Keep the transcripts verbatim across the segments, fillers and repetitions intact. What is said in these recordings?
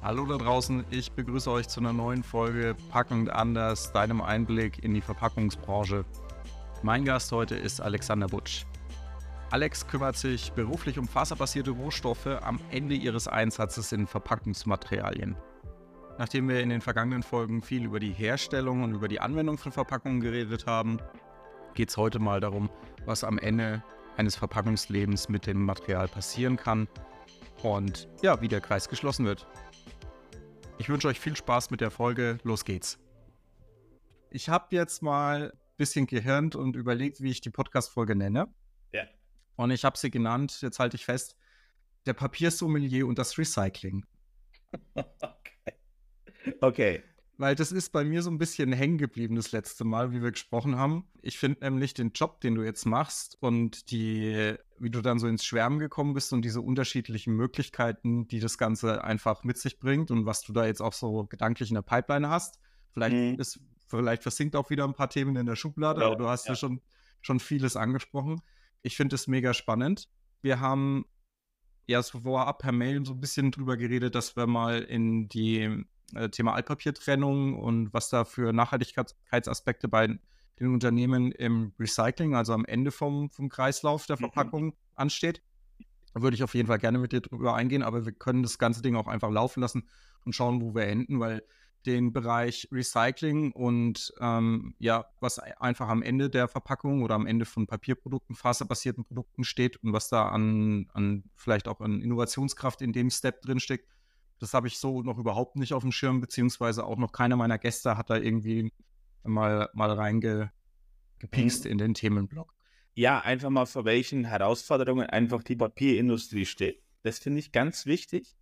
Hallo da draußen, ich begrüße euch zu einer neuen Folge Packend anders, deinem Einblick in die Verpackungsbranche. Mein Gast heute ist Alexander Butsch. Alex kümmert sich beruflich um faserbasierte Rohstoffe am Ende ihres Einsatzes in Verpackungsmaterialien. Nachdem wir in den vergangenen Folgen viel über die Herstellung und über die Anwendung von Verpackungen geredet haben, geht es heute mal darum, was am Ende eines Verpackungslebens mit dem Material passieren kann und ja, wie der Kreis geschlossen wird. Ich wünsche euch viel Spaß mit der Folge. Los geht's. Ich habe jetzt mal ein bisschen gehirnt und überlegt, wie ich die Podcast-Folge nenne. Ja. Und ich habe sie genannt, jetzt halte ich fest, der Papiersommelier und das Recycling. Okay. Okay. Weil das ist bei mir so ein bisschen hängen geblieben das letzte Mal, wie wir gesprochen haben. Ich finde nämlich den Job, den du jetzt machst und die, wie du dann so ins Schwärmen gekommen bist und diese unterschiedlichen Möglichkeiten, die das Ganze einfach mit sich bringt und was du da jetzt auch so gedanklich in der Pipeline hast. Vielleicht Mhm. ist, vielleicht versinkt auch wieder ein paar Themen in der Schublade, Ja, aber du hast ja, ja. schon, schon vieles angesprochen. Ich finde es mega spannend. Wir haben ja so vorab per Mail so ein bisschen drüber geredet, dass wir mal in die äh, Thema Altpapiertrennung und was da für Nachhaltigkeitsaspekte bei den Unternehmen im Recycling, also am Ende vom, vom Kreislauf der Verpackung, mhm. ansteht. Da würde ich auf jeden Fall gerne mit dir drüber eingehen, aber wir können das ganze Ding auch einfach laufen lassen und schauen, wo wir enden, weil den Bereich Recycling und ähm, ja, was einfach am Ende der Verpackung oder am Ende von Papierprodukten, faserbasierten Produkten steht und was da an, an vielleicht auch an Innovationskraft in dem Step drin steckt, das habe ich so noch überhaupt nicht auf dem Schirm, beziehungsweise auch noch keiner meiner Gäste hat da irgendwie mal, mal reingepiekst Mhm. in den Themenblock. Ja, einfach mal vor welchen Herausforderungen einfach die Papierindustrie steht. Das finde ich ganz wichtig.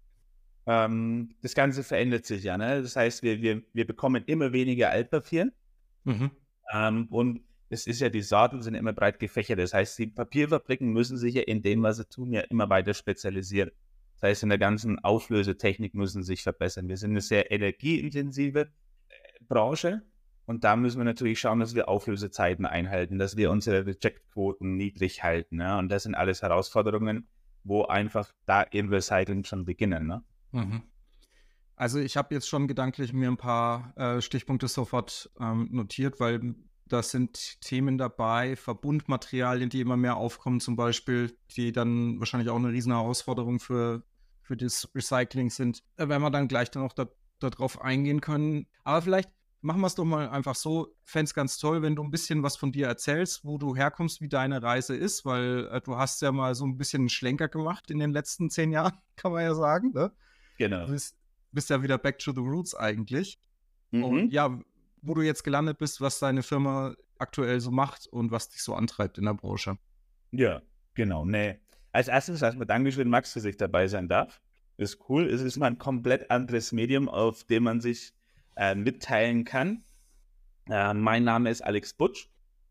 Ähm, das Ganze verändert sich ja, ne? Das heißt, wir, wir, wir bekommen immer weniger Altpapier. Mhm. Ähm, und es ist ja, die Sorten sind immer breit gefächert. Das heißt, die Papierfabriken müssen sich ja in dem, was sie tun, ja immer weiter spezialisieren. Das heißt, in der ganzen Auflösetechnik müssen sie sich verbessern. Wir sind eine sehr energieintensive Branche und da müssen wir natürlich schauen, dass wir Auflösezeiten einhalten, dass wir unsere Reject-Quoten niedrig halten. Ne? Und das sind alles Herausforderungen, wo einfach da im Recycling schon beginnen. Ne? Mhm. Also ich habe jetzt schon gedanklich mir ein paar äh, Stichpunkte sofort ähm, notiert, weil das sind Themen dabei, Verbundmaterialien, die immer mehr aufkommen zum Beispiel, die dann wahrscheinlich auch eine riesen Herausforderung für, für das Recycling sind. Da werden wir dann gleich dann auch da, darauf eingehen können. Aber vielleicht machen wir es doch mal einfach so. Fände es ganz toll, wenn du ein bisschen was von dir erzählst, wo du herkommst, wie deine Reise ist, weil äh, du hast ja mal so ein bisschen einen Schlenker gemacht in den letzten zehn Jahren, kann man ja sagen, ne? Genau. Du bist, bist ja wieder back to the roots eigentlich. Mhm. Und ja, wo du jetzt gelandet bist, was deine Firma aktuell so macht und was dich so antreibt in der Branche. Ja, genau. Nee. Als erstes erstmal Dankeschön, Max, dass ich dabei sein darf. Ist cool. Es ist mal ein komplett anderes Medium, auf dem man sich äh, mitteilen kann. Äh, mein Name ist Alex Butsch.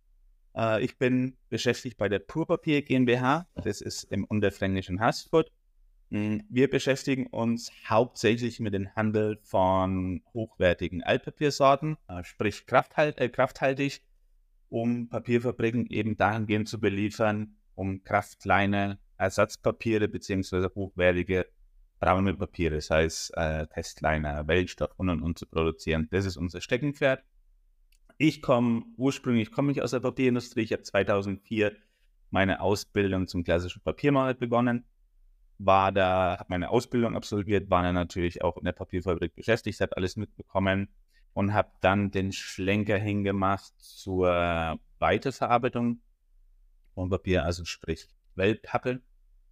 Äh, ich bin beschäftigt bei der Purpapier GmbH. Das ist im unterfränkischen Haßfurt. Wir beschäftigen uns hauptsächlich mit dem Handel von hochwertigen Altpapiersorten, äh, sprich krafthalt, äh, krafthaltig, um Papierfabriken eben dahingehend zu beliefern, um kraftleine Ersatzpapiere bzw. hochwertige braune Papiere, das heißt äh, Testliner, Wellstoff und und und zu produzieren. Das ist unser Steckenpferd. Ich komme ursprünglich komme ich aus der Papierindustrie. Ich habe zweitausendvier meine Ausbildung zum klassischen Papiermaler begonnen. War da, habe meine Ausbildung absolviert, war dann natürlich auch in der Papierfabrik beschäftigt, habe alles mitbekommen und habe dann den Schlenker hingemacht zur Weiterverarbeitung von Papier, also sprich Wellpappe.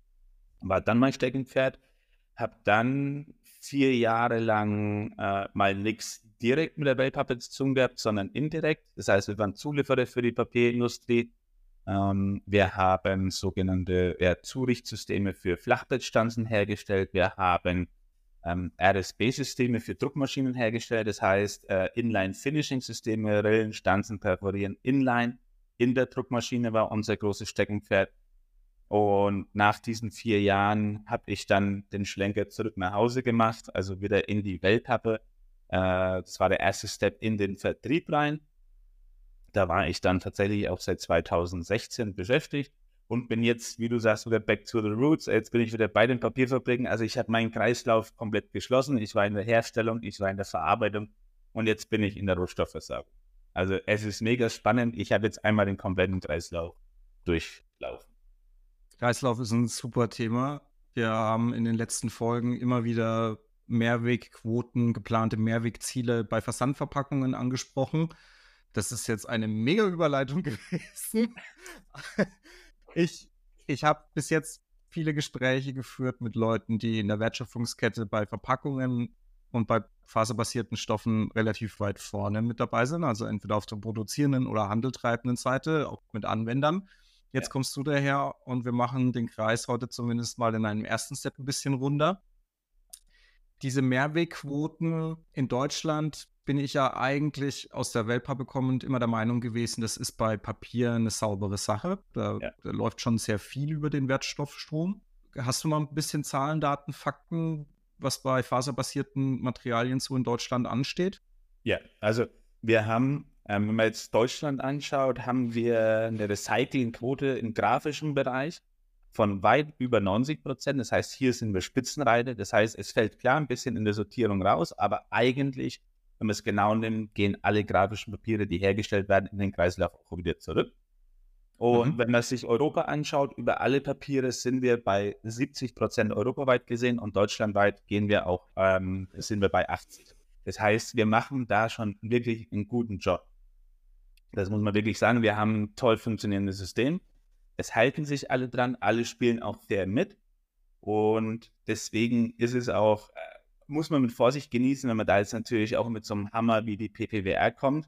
War dann mein Steckenpferd, habe dann vier Jahre lang äh, mal nichts direkt mit der Wellpappe zu tun gehabt, sondern indirekt. Das heißt, wir waren Zulieferer für die Papierindustrie. Ähm, wir haben sogenannte ja, Zurichtsysteme für Flachbettstanzen hergestellt. Wir haben ähm, R S B-Systeme für Druckmaschinen hergestellt. Das heißt, äh, Inline-Finishing-Systeme, Rillen, Stanzen perforieren, Inline in der Druckmaschine war unser großes Steckenpferd. Und nach diesen vier Jahren habe ich dann den Schlenker zurück nach Hause gemacht, also wieder in die Wellpappe. Äh, das war der erste Step in den Vertrieb rein. Da war ich dann tatsächlich auch seit zweitausendsechzehn beschäftigt und bin jetzt, wie du sagst, wieder back to the roots. Jetzt bin ich wieder bei den Papierfabriken. Also ich habe meinen Kreislauf komplett geschlossen. Ich war in der Herstellung, ich war in der Verarbeitung und jetzt bin ich in der Rohstoffversorgung. Also es ist mega spannend. Ich habe jetzt einmal den kompletten Kreislauf durchlaufen. Kreislauf ist ein super Thema. Wir haben in den letzten Folgen immer wieder Mehrwegquoten, geplante Mehrwegziele bei Versandverpackungen angesprochen. Das ist jetzt eine mega Überleitung gewesen. Ich, ich habe bis jetzt viele Gespräche geführt mit Leuten, die in der Wertschöpfungskette bei Verpackungen und bei faserbasierten Stoffen relativ weit vorne mit dabei sind, also entweder auf der produzierenden oder handeltreibenden Seite, auch mit Anwendern. Jetzt ja. kommst du daher und wir machen den Kreis heute zumindest mal in einem ersten Step ein bisschen runter. Diese Mehrwegquoten in Deutschland bin ich ja eigentlich aus der Wellpappe kommend immer der Meinung gewesen, das ist bei Papier eine saubere Sache. Da, ja. da läuft schon sehr viel über den Wertstoffstrom. Hast du mal ein bisschen Zahlen, Daten, Fakten, was bei faserbasierten Materialien so in Deutschland ansteht? Ja, also wir haben, ähm, wenn man jetzt Deutschland anschaut, haben wir eine Recyclingquote im grafischen Bereich von weit über neunzig Prozent. Das heißt, hier sind wir Spitzenreiter. Das heißt, es fällt klar ein bisschen in der Sortierung raus, aber eigentlich, wenn man es genau nimmt, gehen alle grafischen Papiere, die hergestellt werden, in den Kreislauf auch wieder zurück. Und mhm. wenn man sich Europa anschaut, über alle Papiere sind wir bei siebzig Prozent europaweit gesehen und deutschlandweit gehen wir auch, ähm, sind wir bei achtzig. Das heißt, wir machen da schon wirklich einen guten Job. Das muss man wirklich sagen. Wir haben ein toll funktionierendes System. Es halten sich alle dran, alle spielen auch fair mit. Und deswegen ist es auch, äh, muss man mit Vorsicht genießen, wenn man da jetzt natürlich auch mit so einem Hammer wie die P P W R kommt,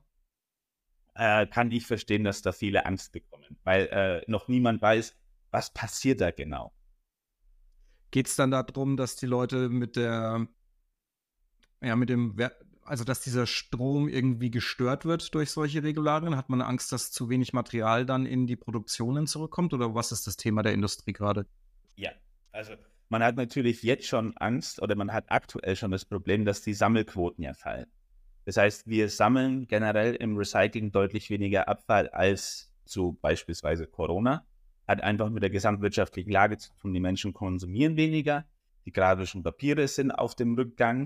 äh, kann ich verstehen, dass da viele Angst bekommen, weil äh, noch niemand weiß, was passiert da genau. Geht es dann darum, dass die Leute mit der, ja, mit dem, also dass dieser Strom irgendwie gestört wird durch solche Regularien? Hat man Angst, dass zu wenig Material dann in die Produktionen zurückkommt? Oder was ist das Thema der Industrie gerade? Ja, also man hat natürlich jetzt schon Angst oder man hat aktuell schon das Problem, dass die Sammelquoten ja fallen. Das heißt, wir sammeln generell im Recycling deutlich weniger Abfall als zu beispielsweise Corona. Hat einfach mit der gesamtwirtschaftlichen Lage zu tun. Die Menschen konsumieren weniger, die grafischen Papiere sind auf dem Rückgang.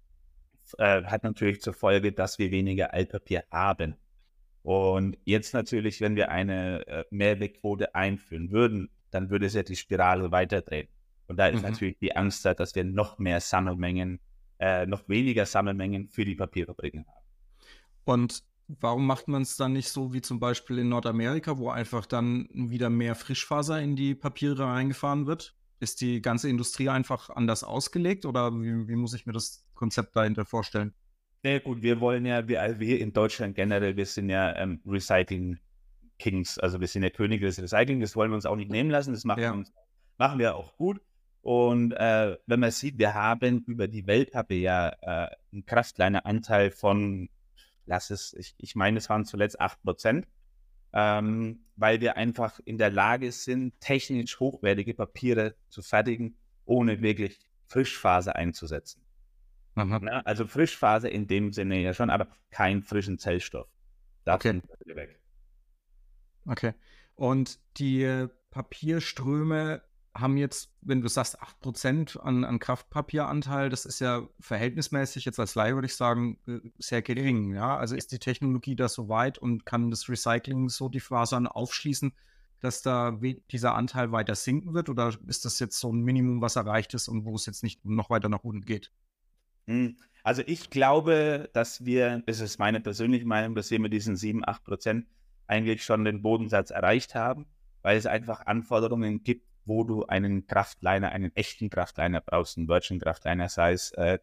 Äh, hat natürlich zur Folge, dass wir weniger Altpapier haben. Und jetzt natürlich, wenn wir eine äh, Mehrwegquote einführen würden, dann würde es ja die Spirale weiterdrehen. Und da ist mhm. natürlich die Angst da, dass wir noch mehr Sammelmengen, äh, noch weniger Sammelmengen für die Papierfabriken haben. Und warum macht man es dann nicht so wie zum Beispiel in Nordamerika, wo einfach dann wieder mehr Frischfaser in die Papiere reingefahren wird? Ist die ganze Industrie einfach anders ausgelegt oder wie, wie muss ich mir das Konzept dahinter vorstellen? Ja gut, wir wollen ja, wir, also wir in Deutschland generell, wir sind ja ähm, Recycling Kings, also wir sind ja Könige des Recycling, das wollen wir uns auch nicht nehmen lassen, das machen, ja. uns, machen wir auch gut. Und äh, wenn man sieht, wir haben über die Wellpappe ja äh, einen kraftleiner Anteil von, lass es, ich, ich meine, es waren zuletzt acht Prozent, ähm, weil wir einfach in der Lage sind, technisch hochwertige Papiere zu fertigen, ohne wirklich Frischfaser einzusetzen. Mhm. Na, also Frischfaser in dem Sinne ja schon, aber keinen frischen Zellstoff. Davon okay. sind wir weg. Okay. Und die Papierströme haben jetzt, wenn du sagst, acht Prozent an, an Kraftpapieranteil, das ist ja verhältnismäßig, jetzt als Laie würde ich sagen, sehr gering. Ja? Also ist die Technologie da so weit und kann das Recycling so die Fasern aufschließen, dass da dieser Anteil weiter sinken wird? Oder ist das jetzt so ein Minimum, was erreicht ist und wo es jetzt nicht noch weiter nach unten geht? Also ich glaube, dass wir, das ist meine persönliche Meinung, dass wir mit diesen sieben, acht Prozent eigentlich schon den Bodensatz erreicht haben, weil es einfach Anforderungen gibt, wo du einen Kraftliner, einen echten Kraftliner brauchst, einen Virgin Kraftliner, sei es äh,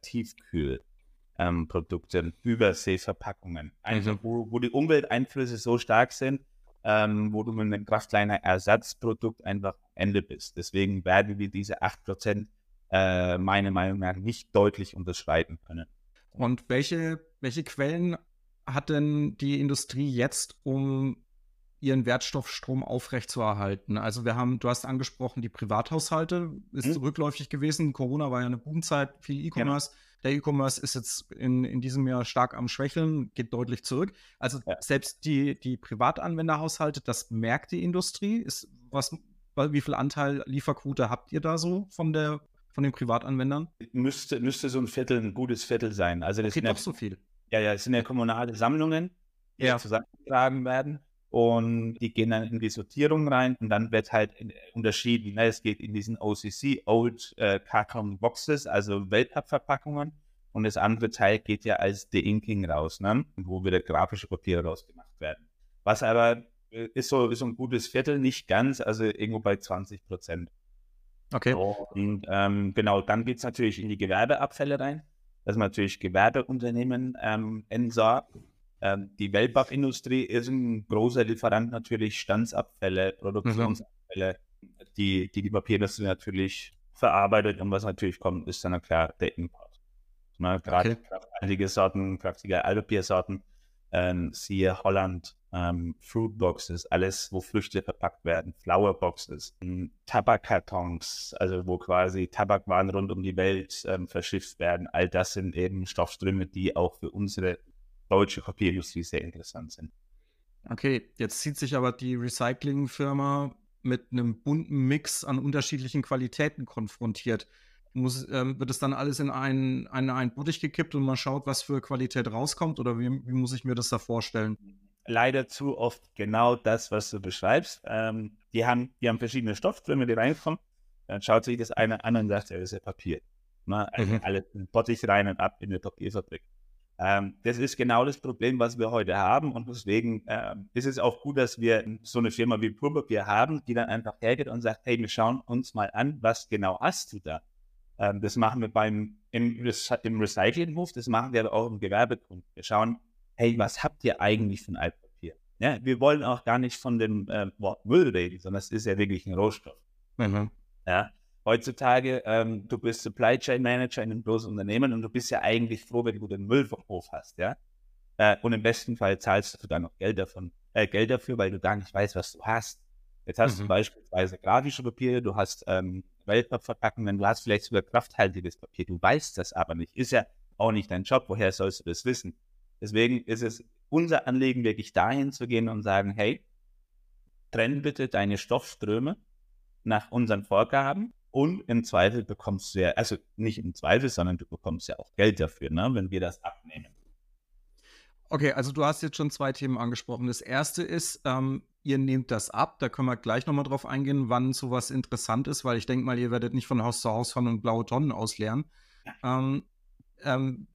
Tiefkühlprodukte, ähm, Überseeverpackungen, also wo, wo die Umwelteinflüsse so stark sind, ähm, wo du mit einem Kraftliner-Ersatzprodukt einfach am Ende bist. Deswegen werden wir diese acht Prozent äh, meiner Meinung nach nicht deutlich unterschreiten können. Und welche, welche Quellen hat denn die Industrie jetzt, um ihren Wertstoffstrom aufrechtzuerhalten? Also wir haben, du hast angesprochen, die Privathaushalte ist hm. rückläufig gewesen. Corona war ja eine Boomzeit, viel E-Commerce. Genau. Der E-Commerce ist jetzt in, in diesem Jahr stark am Schwächeln, geht deutlich zurück. Also ja. selbst die, die Privatanwenderhaushalte, das merkt die Industrie. Ist, was, Wie viel Anteil Lieferquote habt ihr da so von der von den Privatanwendern? Müsste, müsste so ein Viertel, ein gutes Viertel sein. Also das Okay, sind ja, doch so viel. ja, ja, es sind ja kommunale Sammlungen, die Ja. zusammengetragen werden und die gehen dann in die Sortierung rein und dann wird halt in, unterschieden. Ne? Es geht in diesen O C C, Old äh, Carton Boxes, also Wellpappverpackungen, und das andere Teil geht ja als De-Inking raus, ne? Wo wieder grafische Papiere rausgemacht werden. Was aber äh, ist, so, ist so ein gutes Viertel, nicht ganz, also irgendwo bei zwanzig Prozent. Okay. So, und ähm, genau, dann geht es natürlich in die Gewerbeabfälle rein, dass man natürlich Gewerbeunternehmen ähm, entsorgt. Ähm, die Wellpappindustrie ist ein großer Lieferant natürlich, Standsabfälle, Produktionsabfälle, die, die die Papierindustrie natürlich verarbeitet, und was natürlich kommt, ist dann klar der Import. Ne, gerade Okay. krafthaltige Sorten, kraftige Altpapiersorten, ähm, siehe Holland, ähm, Fruitboxes, alles, wo Früchte verpackt werden, Flowerboxes, ähm, Tabakkartons, also wo quasi Tabakwaren rund um die Welt ähm, verschifft werden. All das sind eben Stoffströme, die auch für unsere deutsche Papierindustrie sehr interessant sind. Okay, jetzt zieht sich aber die Recyclingfirma mit einem bunten Mix an unterschiedlichen Qualitäten konfrontiert. Muss, ähm, wird es dann alles in einen, einen, einen Bottich gekippt und man schaut, was für Qualität rauskommt? Oder wie, wie muss ich mir das da vorstellen? Leider zu oft genau das, was du beschreibst. Ähm, die, haben, die haben verschiedene Stoffströme, die reinkommen. Dann schaut sich das eine an und sagt, ja, das ist ja Papier. Na, also Mhm. alles in den Bottich rein und ab in die Papierfabrik. Ähm, das ist genau das Problem, was wir heute haben, und deswegen äh, ist es auch gut, dass wir so eine Firma wie Purpapier haben, die dann einfach hergeht und sagt, hey, wir schauen uns mal an, was genau hast du da? Ähm, das machen wir beim im, im Recyclinghof, das machen wir aber auch im Gewerbekunden. Wir schauen, hey, was habt ihr eigentlich für ein Altpapier? Ja, wir wollen auch gar nicht von dem äh, Wort Müll reden, sondern es ist ja wirklich ein Rohstoff. Mhm. Ja, heutzutage, ähm, du bist Supply Chain Manager in einem großen Unternehmen und du bist ja eigentlich froh, wenn du den Müll vom Hof hast, ja. Äh, und im besten Fall zahlst du sogar noch Geld davon, äh, Geld dafür, weil du gar nicht weißt, was du hast. Jetzt hast Mhm. du beispielsweise grafische Papiere, du hast ähm, Wellpappverpackungen, du hast vielleicht sogar krafthaltiges Papier, du weißt das aber nicht. Ist ja auch nicht dein Job, woher sollst du das wissen? Deswegen ist es unser Anliegen, wirklich dahin zu gehen und sagen, hey, trenn bitte deine Stoffströme nach unseren Vorgaben, und im Zweifel bekommst du ja, also nicht im Zweifel, sondern du bekommst ja auch Geld dafür, ne, wenn wir das abnehmen. Okay, also du hast jetzt schon zwei Themen angesprochen. Das erste ist, ähm, ihr nehmt das ab. Da können wir gleich nochmal drauf eingehen, wann sowas interessant ist, weil ich denke mal, ihr werdet nicht von Haus zu Haus fahren und blaue Tonnen ausleeren. Ähm, ähm,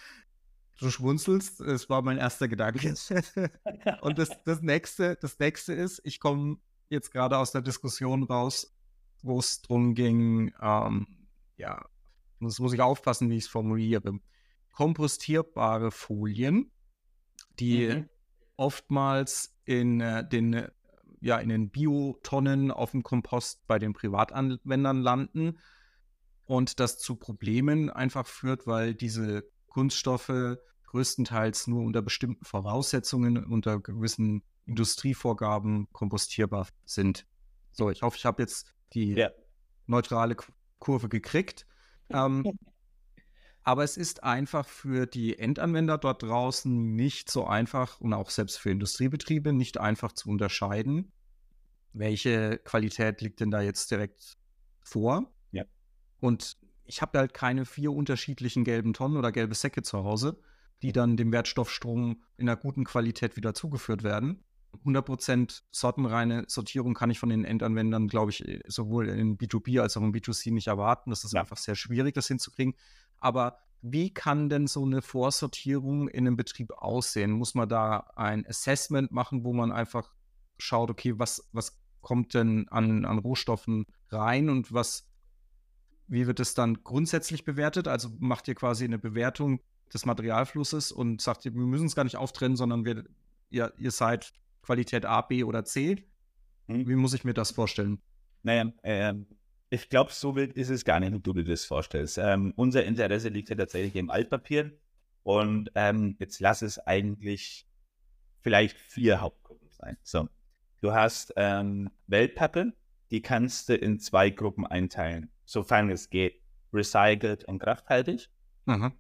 du schmunzelst, es war mein erster Gedanke. Und das, das, nächste, das nächste ist, ich komme jetzt gerade aus der Diskussion raus, wo es darum ging, ähm, ja, das muss ich aufpassen, wie ich es formuliere. Kompostierbare Folien, die Mhm. oftmals in äh, den, äh, ja, in den Biotonnen auf dem Kompost bei den Privatanwendern landen und das zu Problemen einfach führt, weil diese Kunststoffe größtenteils nur unter bestimmten Voraussetzungen, unter gewissen Industrievorgaben kompostierbar sind. So, ich hoffe, ich habe jetzt die Ja. neutrale Kurve gekriegt. Ähm, aber es ist einfach für die Endanwender dort draußen nicht so einfach und auch selbst für Industriebetriebe nicht einfach zu unterscheiden, welche Qualität liegt denn da jetzt direkt vor. Ja. Und ich habe halt keine vier unterschiedlichen gelben Tonnen oder gelbe Säcke zu Hause, die dann dem Wertstoffstrom in einer guten Qualität wieder zugeführt werden. hundert Prozent sortenreine Sortierung kann ich von den Endanwendern, glaube ich, sowohl in B zwei B als auch in B zwei C nicht erwarten. Das ist Ja. einfach sehr schwierig, das hinzukriegen. Aber wie kann denn so eine Vorsortierung in einem Betrieb aussehen? Muss man da ein Assessment machen, wo man einfach schaut, okay, was, was kommt denn an, an Rohstoffen rein und was, wie wird es dann grundsätzlich bewertet? Also macht ihr quasi eine Bewertung des Materialflusses und sagt ihr, wir müssen es gar nicht auftrennen, sondern wir, ihr, ihr seid Qualität A, B oder C? Mhm. Wie muss ich mir das vorstellen? Naja, ähm, ich glaube, so wild ist es gar nicht, wie du dir das vorstellst. Ähm, unser Interesse liegt ja tatsächlich im Altpapier, und ähm, jetzt lass es eigentlich vielleicht vier Hauptgruppen sein. So, du hast ähm, Wellpappe, die kannst du in zwei Gruppen einteilen, sofern es geht, recycelt und krafthaltig. Mhm.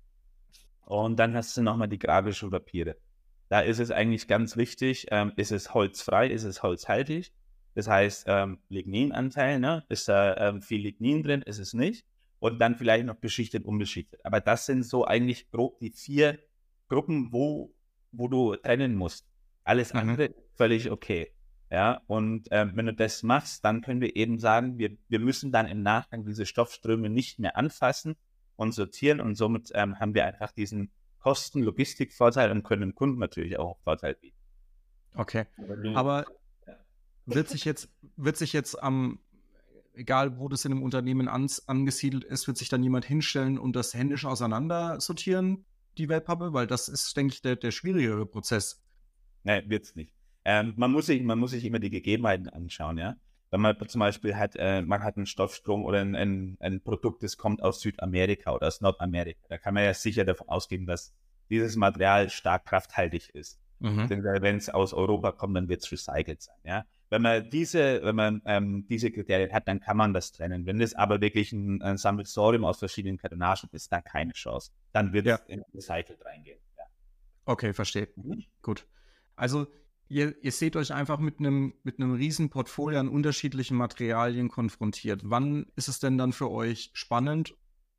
Und dann hast du nochmal die grafischen Papiere. Da ist es eigentlich ganz wichtig, ähm, ist es holzfrei, ist es holzhaltig? Das heißt, ähm, Ligninanteil, ne? Ist da ähm, viel Lignin drin? Ist es nicht? Und dann vielleicht noch beschichtet, unbeschichtet. Aber das sind so eigentlich grob die vier Gruppen, wo, wo du trennen musst. Alles Mhm. andere völlig okay. Ja, und ähm, wenn du das machst, dann können wir eben sagen, wir, wir müssen dann im Nachgang diese Stoffströme nicht mehr anfassen und sortieren und somit ähm, haben wir einfach diesen Kosten-Logistik-Vorteil und können dem Kunden natürlich auch einen Vorteil bieten. Okay. Aber, Aber ja. wird sich jetzt, wird sich jetzt am, egal wo das in einem Unternehmen ans, angesiedelt ist, wird sich dann jemand hinstellen und das händisch auseinander sortieren, die Wellpappe? Weil das ist, denke ich, der, der schwierigere Prozess. Nein, wird's nicht. Ähm, man muss sich, man muss sich immer die Gegebenheiten anschauen, ja. Wenn man zum Beispiel hat, äh, man hat einen Stoffstrom oder ein, ein, ein Produkt, das kommt aus Südamerika oder aus Nordamerika, da kann man ja sicher davon ausgehen, dass dieses Material stark krafthaltig ist. Mhm. Denn wenn es aus Europa kommt, dann wird es recycelt sein, ja. Wenn man diese, wenn man ähm, diese Kriterien hat, dann kann man das trennen. Wenn es aber wirklich ein, ein Sammelsurium aus verschiedenen Kartonagen ist, dann keine Chance. Dann wird es Ja. in recycelt reingehen. Ja. Okay, verstehe. Mhm. Gut. Also ihr, ihr seht euch einfach mit einem mit einem riesen Portfolio an unterschiedlichen Materialien konfrontiert. Wann ist es denn dann für euch spannend,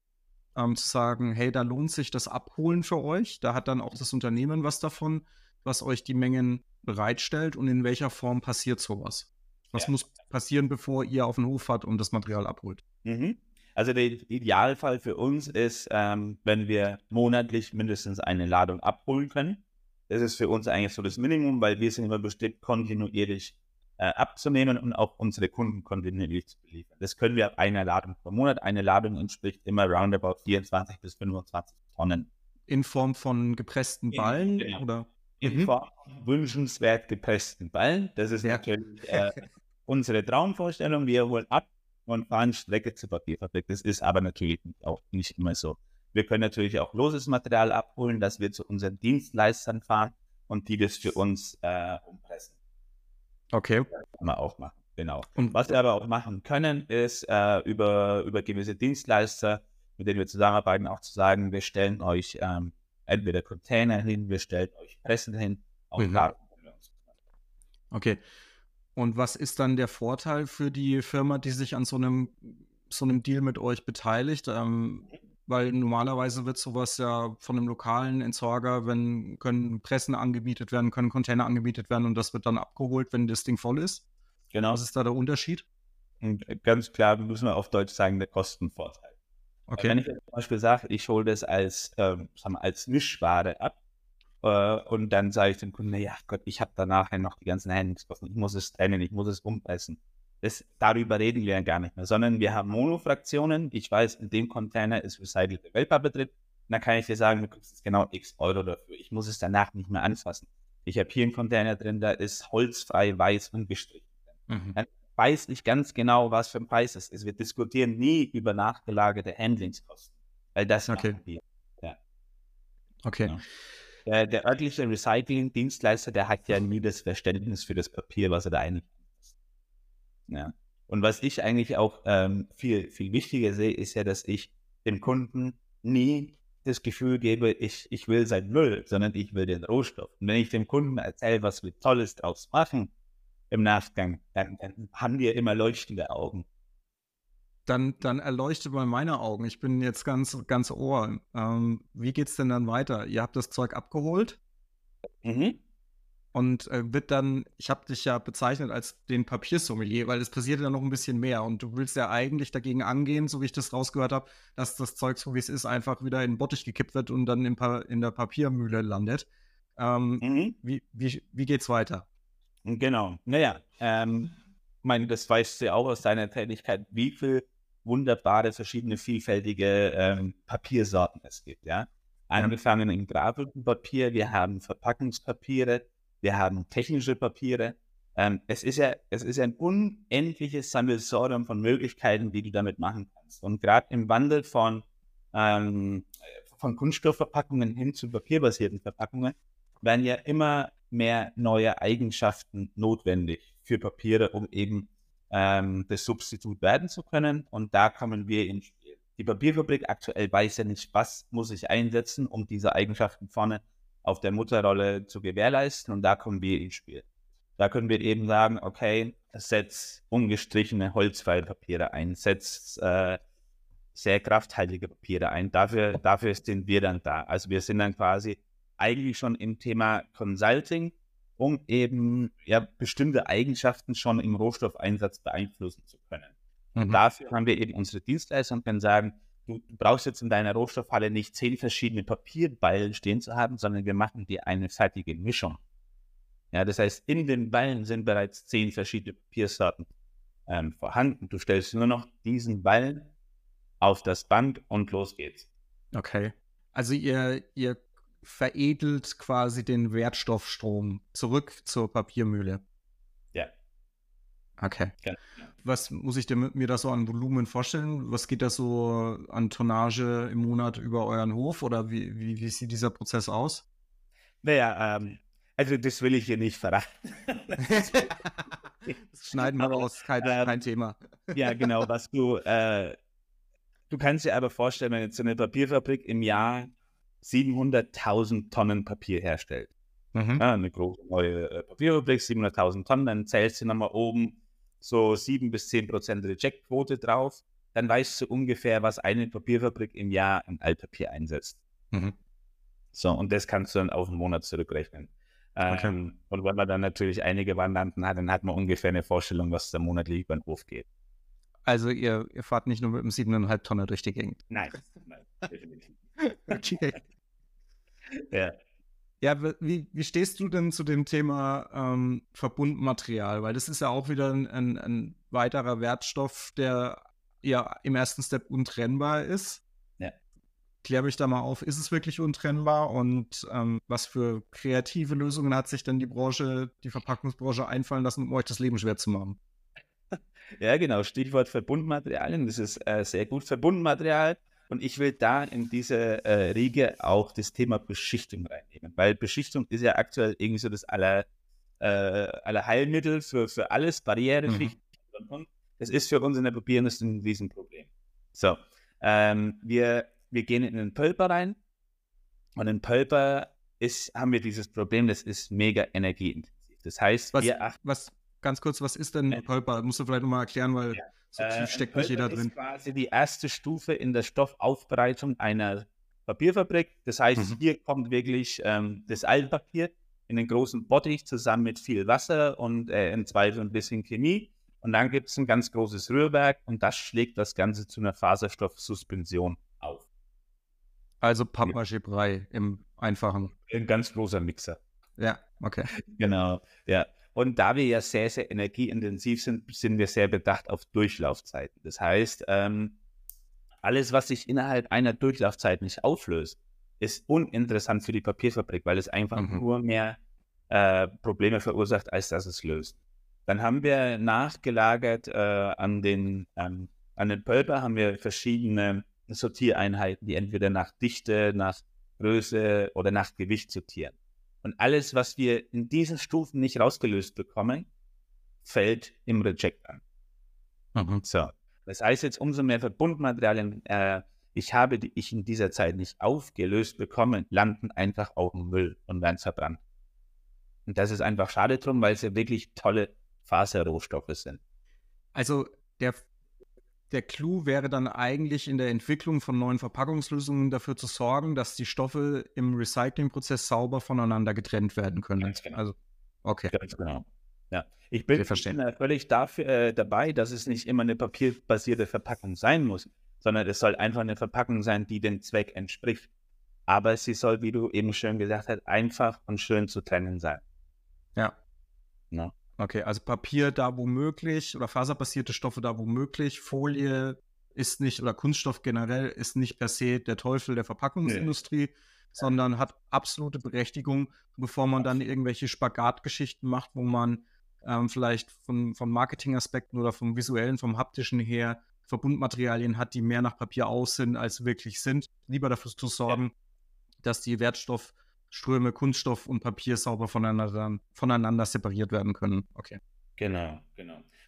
ähm, zu sagen, hey, da lohnt sich das Abholen für euch? Da hat dann auch das Unternehmen was davon, was euch die Mengen bereitstellt, und in welcher Form passiert sowas? Was Ja. muss passieren, bevor ihr auf den Hof fahrt und das Material abholt? Mhm. Also der Idealfall für uns ist, ähm, wenn wir monatlich mindestens eine Ladung abholen können. Das ist für uns eigentlich so das Minimum, weil wir sind immer bestimmt, kontinuierlich äh, abzunehmen und auch unsere Kunden kontinuierlich zu beliefern. Das können wir ab einer Ladung pro Monat. Eine Ladung entspricht immer roundabout vierundzwanzig bis fünfundzwanzig Tonnen. In Form von gepressten Ballen? Genau. Oder? In Mhm. Form von wünschenswert gepressten Ballen. Das ist Ja. natürlich äh, unsere Traumvorstellung. Wir holen ab und fahren Strecke zur Papierfabrik. Das ist aber natürlich auch nicht immer so. Wir können natürlich auch loses Material abholen, dass wir zu unseren Dienstleistern fahren und die das für uns äh, umpressen. Okay. Das kann man auch machen, genau. Und Was wir aber auch machen können, ist äh, über, über gewisse Dienstleister, mit denen wir zusammenarbeiten, auch zu sagen, wir stellen euch ähm, entweder Container hin, wir stellen euch Pressen hin, auch Mhm. da. Okay. Und was ist dann der Vorteil für die Firma, die sich an so einem, so einem Deal mit euch beteiligt? Ähm, weil normalerweise wird sowas ja von einem lokalen Entsorger, wenn können Pressen angemietet werden, können Container angemietet werden und das wird dann abgeholt, wenn das Ding voll ist. Genau. Was ist da der Unterschied? Und ganz klar, müssen wir auf Deutsch sagen, der Kostenvorteil. Okay. Wenn ich jetzt zum Beispiel sage, ich hole das als, ähm, sagen wir, als Mischware ab äh, und dann sage ich dem Kunden, ja Gott, ich habe da nachher noch die ganzen Handlungskosten, ich muss es trennen, ich muss es umpressen. Das, darüber reden wir ja gar nicht mehr, sondern wir haben Monofraktionen. Ich weiß, in dem Container ist recycelte Wellpappe drin. Und dann kann ich dir sagen, du kriegst jetzt genau x Euro dafür. Ich muss es danach nicht mehr anfassen. Ich habe hier einen Container drin, da ist holzfrei, weiß und gestrichen. Mhm. Dann weiß ich ganz genau, was für ein Preis es ist. Wir diskutieren nie über nachgelagerte Handlingskosten, weil das Okay. machen wir. Ja. Okay. Ja. Der, der örtliche Recycling-Dienstleister, der hat ja nie das Verständnis für das Papier, was er da einfasst. Ja. Und was ich eigentlich auch ähm, viel, viel wichtiger sehe, ist ja, dass ich dem Kunden nie das Gefühl gebe, ich, ich will sein Müll, sondern ich will den Rohstoff. Und wenn ich dem Kunden erzähle, was wir Tolles draus machen im Nachgang, dann, dann haben wir immer leuchtende Augen. Dann, dann erleuchtet mal meine Augen. Ich bin jetzt ganz, ganz Ohr. Ähm, wie geht's denn dann weiter? Ihr habt das Zeug abgeholt? Mhm. Und äh, wird dann, ich habe dich ja bezeichnet als den Papiersommelier, weil es passiert ja noch ein bisschen mehr. Und du willst ja eigentlich dagegen angehen, so wie ich das rausgehört habe, dass das Zeug, so wie es ist, einfach wieder in den Bottich gekippt wird und dann in, pa in der Papiermühle landet. Ähm, Mhm. wie, wie, wie geht's weiter? Genau. Naja, ähm, meine, das weißt du ja auch aus deiner Tätigkeit, wie viel wunderbare, verschiedene, vielfältige ähm, Papiersorten es gibt, ja. Angefangen im grafischen Papier, wir haben Verpackungspapiere, wir haben technische Papiere. Ähm, es ist ja, es ist ein unendliches Sammelsurium von Möglichkeiten, die du damit machen kannst. Und gerade im Wandel von, ähm, von Kunststoffverpackungen hin zu papierbasierten Verpackungen werden ja immer mehr neue Eigenschaften notwendig für Papiere, um eben ähm, das Substitut werden zu können. Und da kommen wir ins Spiel. Die Papierfabrik aktuell weiß ja nicht, was muss ich einsetzen, um diese Eigenschaften vorne auf der Mutterrolle zu gewährleisten. Und da kommen wir ins Spiel. Da können wir eben sagen, okay, setz ungestrichene Holzfeilpapiere ein, setz äh, sehr krafthaltige Papiere ein. Dafür, dafür sind wir dann da. Also wir sind dann quasi eigentlich schon im Thema Consulting, um eben ja, bestimmte Eigenschaften schon im Rohstoffeinsatz beeinflussen zu können. Und Mhm. dafür haben wir eben unsere Dienstleister und können sagen, du brauchst jetzt in deiner Rohstoffhalle nicht zehn verschiedene Papierballen stehen zu haben, sondern wir machen dir eine fertige Mischung. Ja, das heißt, in den Ballen sind bereits zehn verschiedene Papiersorten ähm, vorhanden. Du stellst nur noch diesen Ballen auf das Band und los geht's. Okay. Also ihr, ihr veredelt quasi den Wertstoffstrom zurück zur Papiermühle. Ja. Okay. Ja. Was muss ich denn mir da so an Volumen vorstellen? Was geht da so an Tonnage im Monat über euren Hof oder wie, wie, wie sieht dieser Prozess aus? Naja, ähm, also das will ich hier nicht verraten. Das schneiden wir raus, kein, Ähm, kein Thema. Ja, genau, was du, äh, du kannst dir aber vorstellen, wenn jetzt so eine Papierfabrik im Jahr siebenhunderttausend Tonnen Papier herstellt. Mhm. Ja, eine große neue äh, Papierfabrik, siebenhunderttausend Tonnen, dann zählst du nochmal oben so sieben bis zehn Prozent Reject-Quote drauf, dann weißt du ungefähr, was eine Papierfabrik im Jahr an Altpapier einsetzt. Mhm. So, und das kannst du dann auf einen Monat zurückrechnen. Ähm, Okay. Und wenn man dann natürlich einige Mandanten hat, dann hat man ungefähr eine Vorstellung, was da monatlich über den Hof geht. Also ihr, ihr fahrt nicht nur mit einem siebeneinhalb Tonner durch die Gegend. Nein, nein, definitiv. Okay. Ja. Ja, wie, wie stehst du denn zu dem Thema ähm, Verbundmaterial? Weil das ist ja auch wieder ein, ein, ein weiterer Wertstoff, der ja im ersten Step untrennbar ist. Ja. Klär mich da mal auf, ist es wirklich untrennbar und ähm, was für kreative Lösungen hat sich denn die Branche, die Verpackungsbranche einfallen lassen, um euch das Leben schwer zu machen? Ja, genau, Stichwort Verbundmaterialien, das ist äh, sehr gut. Verbundmaterial. Und ich will da in diese äh, Riege auch das Thema Beschichtung reinnehmen, weil Beschichtung ist ja aktuell irgendwie so das aller, äh, aller Heilmittel für, für alles, Barriereschicht. Mhm. Und das ist für uns in der Papierindustrie ein Riesenproblem. So, ähm, wir, wir gehen in den Pulper rein und in Pulper ist, haben wir dieses Problem, das ist mega energieintensiv. Das heißt, was, wir achten. Was, ganz kurz, was ist denn Äh, Pulper? Musst du vielleicht nochmal erklären, weil ja. so tief Äh, steckt nicht jeder drin. Das ist quasi die erste Stufe in der Stoffaufbereitung einer Papierfabrik. Das heißt, mhm. hier kommt wirklich ähm, das Altpapier in den großen Bottich zusammen mit viel Wasser und äh, im Zweifel ein bisschen Chemie. Und dann gibt es ein ganz großes Rührwerk und das schlägt das Ganze zu einer Faserstoffsuspension auf. Also Pappmaché-Brei im Einfachen. Ein ganz großer Mixer. Ja, okay. Genau, ja. Und da wir ja sehr, sehr energieintensiv sind, sind wir sehr bedacht auf Durchlaufzeiten. Das heißt, ähm, alles, was sich innerhalb einer Durchlaufzeit nicht auflöst, ist uninteressant für die Papierfabrik, weil es einfach mhm. nur mehr äh, Probleme verursacht, als dass es löst. Dann haben wir nachgelagert äh, an den, ähm, an den Pulper haben wir verschiedene Sortiereinheiten, die entweder nach Dichte, nach Größe oder nach Gewicht sortieren. Und alles, was wir in diesen Stufen nicht rausgelöst bekommen, fällt im Reject an. Mhm. So. Das heißt jetzt, umso mehr Verbundmaterialien äh, ich habe, die ich in dieser Zeit nicht aufgelöst bekomme, landen einfach auf dem Müll und werden verbrannt. Und das ist einfach schade drum, weil es ja wirklich tolle Faserrohstoffe sind. Also der, der Clou wäre dann eigentlich in der Entwicklung von neuen Verpackungslösungen dafür zu sorgen, dass die Stoffe im Recyclingprozess sauber voneinander getrennt werden können. Ganz genau. Also, okay. Ganz genau. Ja. Ich bin, ich bin völlig dafür äh, dabei, dass es nicht immer eine papierbasierte Verpackung sein muss, sondern es soll einfach eine Verpackung sein, die dem Zweck entspricht. Aber sie soll, wie du eben schön gesagt hast, einfach und schön zu trennen sein. Ja. Ja. Okay, also Papier da wo möglich oder faserbasierte Stoffe da wo möglich. Folie ist nicht, oder Kunststoff generell ist nicht per se der Teufel der Verpackungsindustrie, nee. sondern hat absolute Berechtigung, bevor man dann irgendwelche Spagatgeschichten macht, wo man ähm, vielleicht von, von Marketingaspekten oder vom visuellen, vom haptischen her Verbundmaterialien hat, die mehr nach Papier aus sind, als wirklich sind. Lieber dafür zu sorgen, ja. dass die Wertstoffströme, Kunststoff und Papier sauber voneinander, voneinander separiert werden können. Okay. Genau, genau.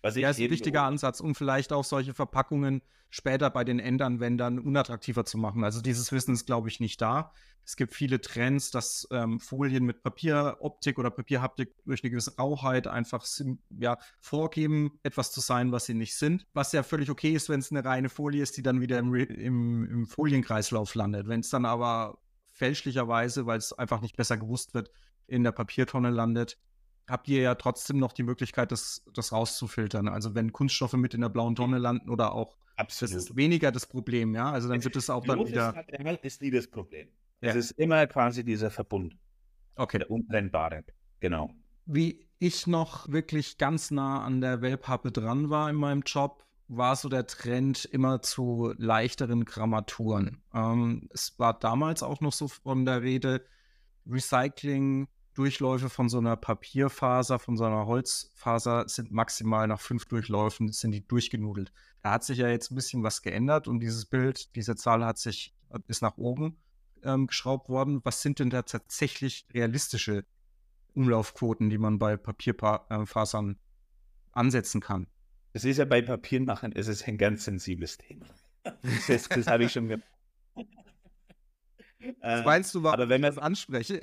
Was ich Ja, ist ein eben wichtiger Ansatz, um vielleicht auch solche Verpackungen später bei den Endanwendern unattraktiver zu machen. Also dieses Wissen ist, glaube ich, nicht da. Es gibt viele Trends, dass ähm, Folien mit Papieroptik oder Papierhaptik durch eine gewisse Rauheit einfach sim- ja, vorgeben, etwas zu sein, was sie nicht sind. Was ja völlig okay ist, wenn es eine reine Folie ist, die dann wieder im, Re- im, im Folienkreislauf landet. Wenn es dann aber fälschlicherweise, weil es einfach nicht besser gewusst wird, in der Papiertonne landet, habt ihr ja trotzdem noch die Möglichkeit, das, das rauszufiltern. Also wenn Kunststoffe mit in der blauen Tonne landen oder auch, absolut. das ist weniger das Problem, ja. Also dann wird es auch dann Loses wieder. Material ist nie das Problem. Ja. Es ist immer quasi dieser Verbund, Okay. der untrennbare. Genau. Wie ich noch wirklich ganz nah an der Wellpappe dran war in meinem Job, war so der Trend immer zu leichteren Grammaturen. Ähm, es war damals auch noch so von der Rede, Recycling, Durchläufe von so einer Papierfaser, von so einer Holzfaser sind maximal nach fünf Durchläufen, sind die durchgenudelt. Da hat sich ja jetzt ein bisschen was geändert und dieses Bild, diese Zahl hat sich, ist nach oben ähm, geschraubt worden. Was sind denn da tatsächlich realistische Umlaufquoten, die man bei Papierfasern ansetzen kann? Das ist ja bei Papiermachen, es ist ein ganz sensibles Thema. Das, das habe ich schon gemacht. Was meinst du, warum aber wenn ich man das anspreche?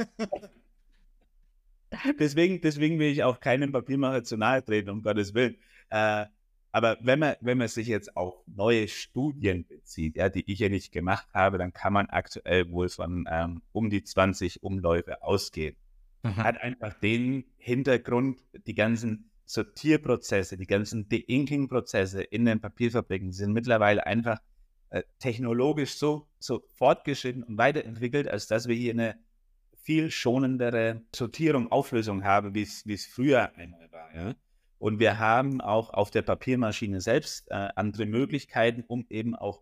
deswegen, deswegen will ich auch keinem Papiermacher zu nahe treten, um Gottes Willen. Äh, aber wenn man, wenn man sich jetzt auf neue Studien bezieht, ja, die ich ja nicht gemacht habe, dann kann man aktuell wohl von ähm, um die zwanzig Umläufe ausgehen. Mhm. Hat einfach den Hintergrund, die ganzen Sortierprozesse, die ganzen De-Inking-Prozesse in den Papierfabriken sind mittlerweile einfach äh, technologisch so, so fortgeschritten und weiterentwickelt, als dass wir hier eine viel schonendere Sortierung, Auflösung haben, wie es früher einmal war. Ja? Und wir haben auch auf der Papiermaschine selbst äh, andere Möglichkeiten, um eben auch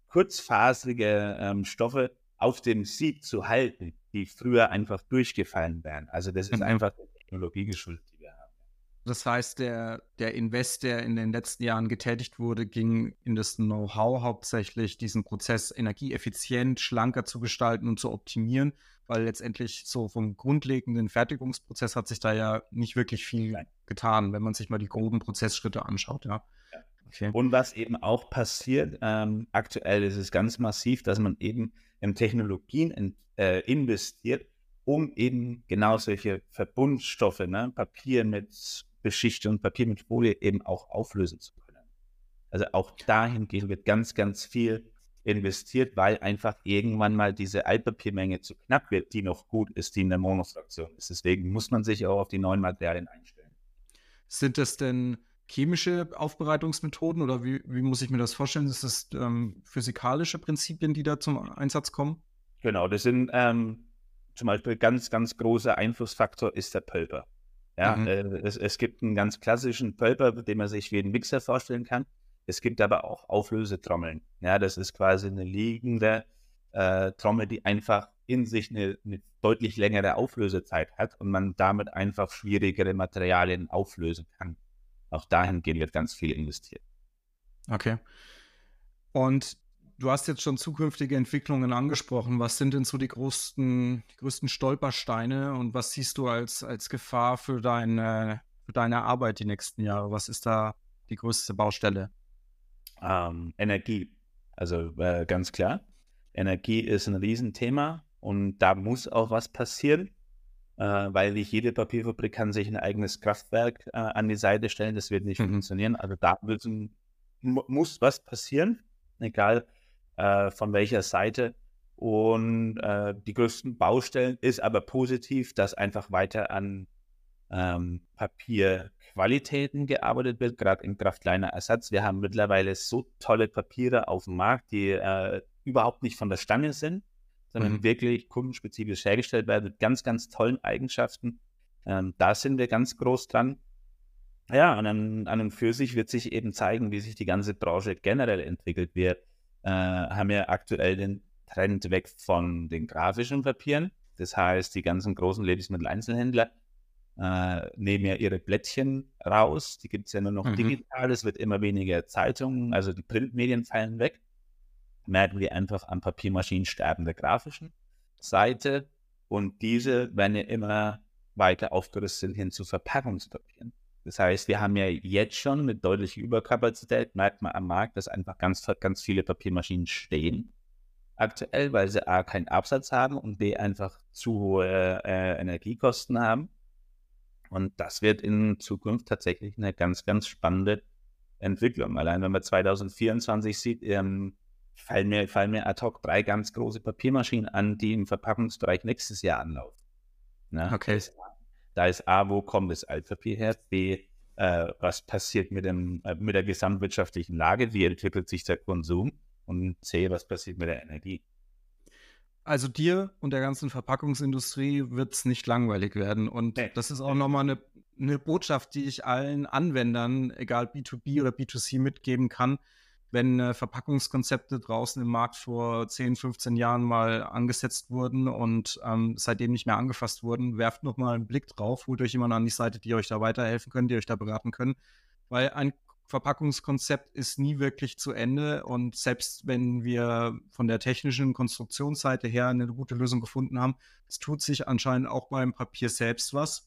kurzfaserige ähm, Stoffe auf dem Sieb zu halten, die früher einfach durchgefallen wären. Also das ist mhm. einfach der Technologie geschuldet, die wir haben. Das heißt, der, der Invest, der in den letzten Jahren getätigt wurde, ging in das Know-how hauptsächlich, diesen Prozess energieeffizient, schlanker zu gestalten und zu optimieren, weil letztendlich so vom grundlegenden Fertigungsprozess hat sich da ja nicht wirklich viel Nein. getan, wenn man sich mal die groben Prozessschritte anschaut. Ja. Ja. Okay. Und was eben auch passiert, ähm, aktuell ist es ganz massiv, dass man eben in Technologien in, äh, investiert, um eben genau solche Verbundstoffe, ne, Papier mit Beschichtung, Papier mit Folie eben auch auflösen zu können. Also auch dahingehend wird ganz, ganz viel investiert, weil einfach irgendwann mal diese Altpapiermenge zu knapp wird, die noch gut ist, die in der Monofraktion ist. Deswegen muss man sich auch auf die neuen Materialien einstellen. Sind das denn chemische Aufbereitungsmethoden oder wie, wie muss ich mir das vorstellen? Ist das ähm, physikalische Prinzipien, die da zum Einsatz kommen? Genau, das sind ähm, zum Beispiel ganz, ganz großer Einflussfaktor ist der Pulper. Ja, mhm. äh, es, es gibt einen ganz klassischen Pulper, den man sich wie einen Mixer vorstellen kann. Es gibt aber auch Auflösetrommeln. Ja, das ist quasi eine liegende äh, Trommel, die einfach in sich eine, eine deutlich längere Auflösezeit hat und man damit einfach schwierigere Materialien auflösen kann. Auch dahingehend wird ganz viel investiert. Okay. Und du hast jetzt schon zukünftige Entwicklungen angesprochen. Was sind denn so die größten, die größten Stolpersteine und was siehst du als, als Gefahr für deine, für deine Arbeit die nächsten Jahre? Was ist da die größte Baustelle? Ähm, Energie. Also äh, ganz klar. Energie ist ein Riesenthema und da muss auch was passieren, äh, weil nicht jede Papierfabrik kann sich ein eigenes Kraftwerk äh, an die Seite stellen. Das wird nicht mhm. funktionieren. Also da müssen, muss was passieren, egal äh, von welcher Seite. Und äh, die größten Baustellen ist aber positiv, dass einfach weiter an ähm, Papierqualitäten gearbeitet wird, gerade im Kraftliner-Ersatz. Wir haben mittlerweile so tolle Papiere auf dem Markt, die äh, überhaupt nicht von der Stange sind, sondern mhm. wirklich kundenspezifisch hergestellt werden mit ganz, ganz tollen Eigenschaften. Ähm, da sind wir ganz groß dran. Ja, und an, an und für sich wird sich eben zeigen, wie sich die ganze Branche generell entwickelt. Wir äh, haben ja aktuell den Trend weg von den grafischen Papieren. Das heißt, die ganzen großen Lebensmitteleinzelhändler äh, nehmen ja ihre Blättchen raus. Die gibt es ja nur noch mhm. digital. Es wird immer weniger Zeitungen, also die Printmedien fallen weg. Merken wir einfach am Papiermaschinensterben der grafischen Seite. Und diese werden ja immer weiter aufgerüstet hin zu Verpackungspapieren. Das heißt, wir haben ja jetzt schon eine deutliche Überkapazität, merkt man am Markt, dass einfach ganz, ganz viele Papiermaschinen stehen aktuell, weil sie A, keinen Absatz haben und B, einfach zu hohe äh, Energiekosten haben. Und das wird in Zukunft tatsächlich eine ganz, ganz spannende Entwicklung. Allein wenn man zwanzig vierundzwanzig sieht, ähm, fallen, mir, fallen mir ad hoc drei ganz große Papiermaschinen an, die im Verpackungsbereich nächstes Jahr anlaufen. Ne? Okay. Da ist A, wo kommt das Altpapier her? B, äh, was passiert mit, dem, äh, mit der gesamtwirtschaftlichen Lage? Wie entwickelt sich der Konsum? Und C, was passiert mit der Energie? Also dir und der ganzen Verpackungsindustrie wird es nicht langweilig werden. Und nee. Das ist auch nochmal eine, eine Botschaft, die ich allen Anwendern, egal B zwei B oder B zwei C, mitgeben kann. Wenn äh, Verpackungskonzepte draußen im Markt vor zehn, fünfzehn Jahren mal angesetzt wurden und ähm, seitdem nicht mehr angefasst wurden, werft nochmal einen Blick drauf, holt euch jemanden an die Seite, die euch da weiterhelfen können, die euch da beraten können. Weil ein Verpackungskonzept ist nie wirklich zu Ende und selbst wenn wir von der technischen Konstruktionsseite her eine gute Lösung gefunden haben, es tut sich anscheinend auch beim Papier selbst was.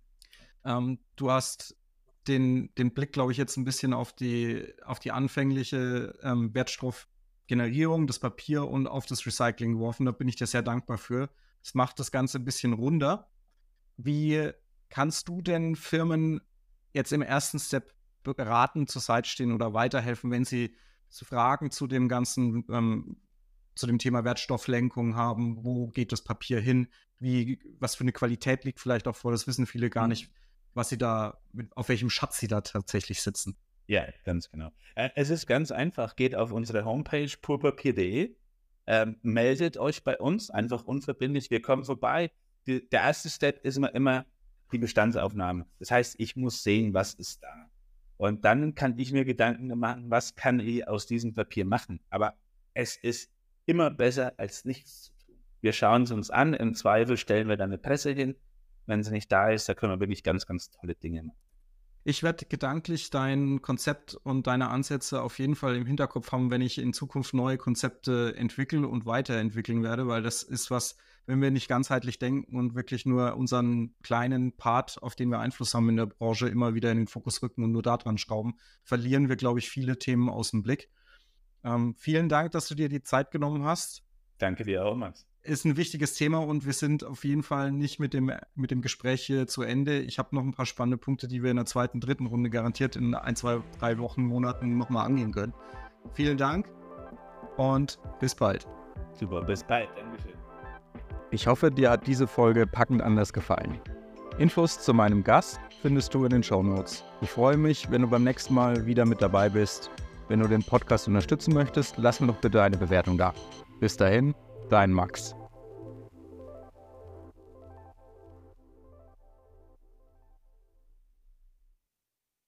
Ähm, du hast den, den Blick, glaube ich, jetzt ein bisschen auf die, auf die anfängliche ähm, Wertstoffgenerierung, das Papier und auf das Recycling geworfen. Da bin ich dir sehr dankbar für. Das macht das Ganze ein bisschen runder. Wie kannst du denn Firmen jetzt im ersten Step beraten, zur Seite stehen oder weiterhelfen, wenn sie zu Fragen zu dem ganzen, ähm, zu dem Thema Wertstofflenkung haben? Wo geht das Papier hin? Wie, was für eine Qualität liegt vielleicht auch vor? Das wissen viele gar nicht, was sie da, auf welchem Schatz sie da tatsächlich sitzen. Ja, ganz genau. Äh, es ist ganz einfach. Geht auf unsere Homepage purpapier punkt de, ähm, meldet euch bei uns, einfach unverbindlich. Wir kommen vorbei. Die, der erste Step ist immer, immer die Bestandsaufnahme. Das heißt, ich muss sehen, was ist da. Und dann kann ich mir Gedanken machen, was kann ich aus diesem Papier machen. Aber es ist immer besser, als nichts zu tun. Wir schauen es uns an, im Zweifel stellen wir dann eine Presse hin. Wenn sie nicht da ist, da können wir wirklich ganz, ganz tolle Dinge machen. Ich werde gedanklich dein Konzept und deine Ansätze auf jeden Fall im Hinterkopf haben, wenn ich in Zukunft neue Konzepte entwickeln und weiterentwickeln werde, weil das ist was, wenn wir nicht ganzheitlich denken und wirklich nur unseren kleinen Part, auf den wir Einfluss haben in der Branche, immer wieder in den Fokus rücken und nur da dran schrauben, verlieren wir, glaube ich, viele Themen aus dem Blick. Ähm, vielen Dank, dass du dir die Zeit genommen hast. Danke dir auch, Max. Ist ein wichtiges Thema und wir sind auf jeden Fall nicht mit dem, mit dem Gespräch hier zu Ende. Ich habe noch ein paar spannende Punkte, die wir in der zweiten, dritten Runde garantiert in ein, zwei, drei Wochen, Monaten nochmal angehen können. Vielen Dank und bis bald. Super, bis bald. Dankeschön. Ich hoffe, dir hat diese Folge packend anders gefallen. Infos zu meinem Gast findest du in den Shownotes. Ich freue mich, wenn du beim nächsten Mal wieder mit dabei bist. Wenn du den Podcast unterstützen möchtest, lass mir doch bitte eine Bewertung da. Bis dahin, dein Max.